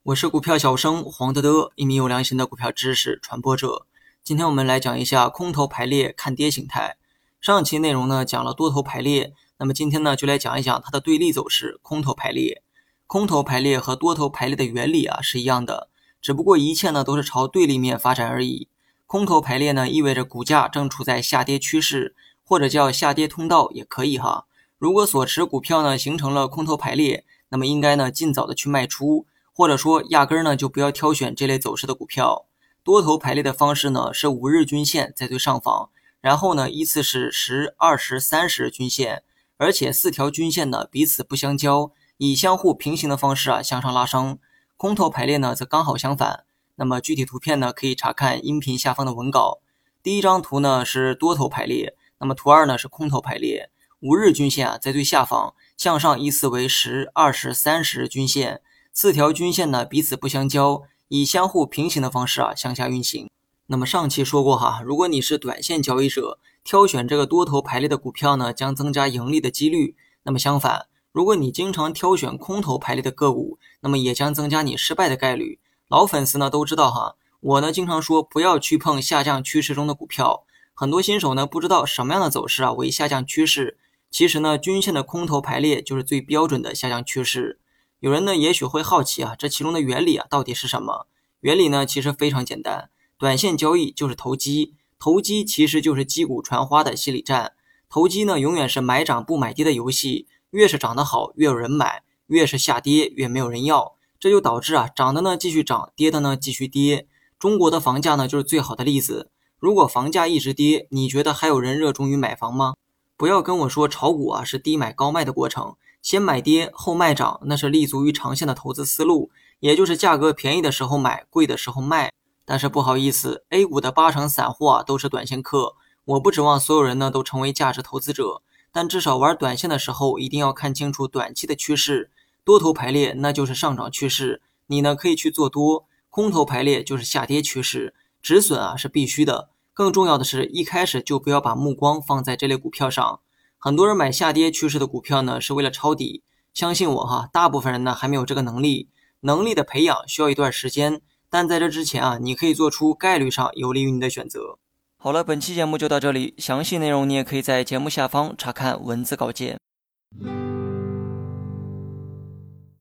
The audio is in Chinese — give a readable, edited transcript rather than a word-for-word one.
我是股票小生黄德德，一名有良心的股票知识传播者。今天我们来讲一下空头排列看跌形态。上期内容呢讲了多头排列，那么今天呢就来讲一讲它的对立走势空头排列。空头排列和多头排列的原理是一样的，只不过一切呢都是朝对立面发展而已。空头排列呢意味着股价正处在下跌趋势，或者叫下跌通道也可以哈。如果所持股票呢形成了空头排列，那么应该呢尽早的去卖出，或者说压根呢就不要挑选这类走势的股票。多头排列的方式呢是5日均线在最上方，然后呢依次是10、20、30均线，而且4条均线呢彼此不相交，以相互平行的方式向上拉升。空头排列呢则刚好相反。那么具体图片呢可以查看音频下方的文稿。第一张图呢是多头排列，那么图2呢是空头排列。5日均线在最下方，向上依次为10、20、30均线，4条均线呢彼此不相交，以相互平行的方式向下运行。那么上期说过哈，如果你是短线交易者，挑选这个多头排列的股票呢将增加盈利的几率。那么相反，如果你经常挑选空头排列的个股，那么也将增加你失败的概率。老粉丝呢都知道哈，我呢经常说不要去碰下降趋势中的股票。很多新手呢不知道什么样的走势为下降趋势。其实呢，均线的空头排列就是最标准的下降趋势。有人呢也许会好奇这其中的原理到底是什么？原理呢其实非常简单，短线交易就是投机，投机其实就是击鼓传花的心理战。投机呢永远是买涨不买跌的游戏，越是涨得好越有人买，越是下跌越没有人要，这就导致涨的呢继续涨，跌的呢继续跌。中国的房价呢就是最好的例子。如果房价一直跌，你觉得还有人热衷于买房吗？不要跟我说炒股是低买高卖的过程，先买跌后卖涨，那是立足于长线的投资思路，也就是价格便宜的时候买，贵的时候卖。但是不好意思， A 股的80%散户都是短线客，我不指望所有人呢都成为价值投资者，但至少玩短线的时候一定要看清楚短期的趋势。多头排列那就是上涨趋势，你呢可以去做多；空头排列就是下跌趋势，止损是必须的。更重要的是，一开始就不要把目光放在这类股票上。很多人买下跌趋势的股票呢，是为了抄底。相信我大部分人呢还没有这个能力。能力的培养需要一段时间，但在这之前你可以做出概率上有利于你的选择。好了，本期节目就到这里，详细内容你也可以在节目下方查看文字稿件。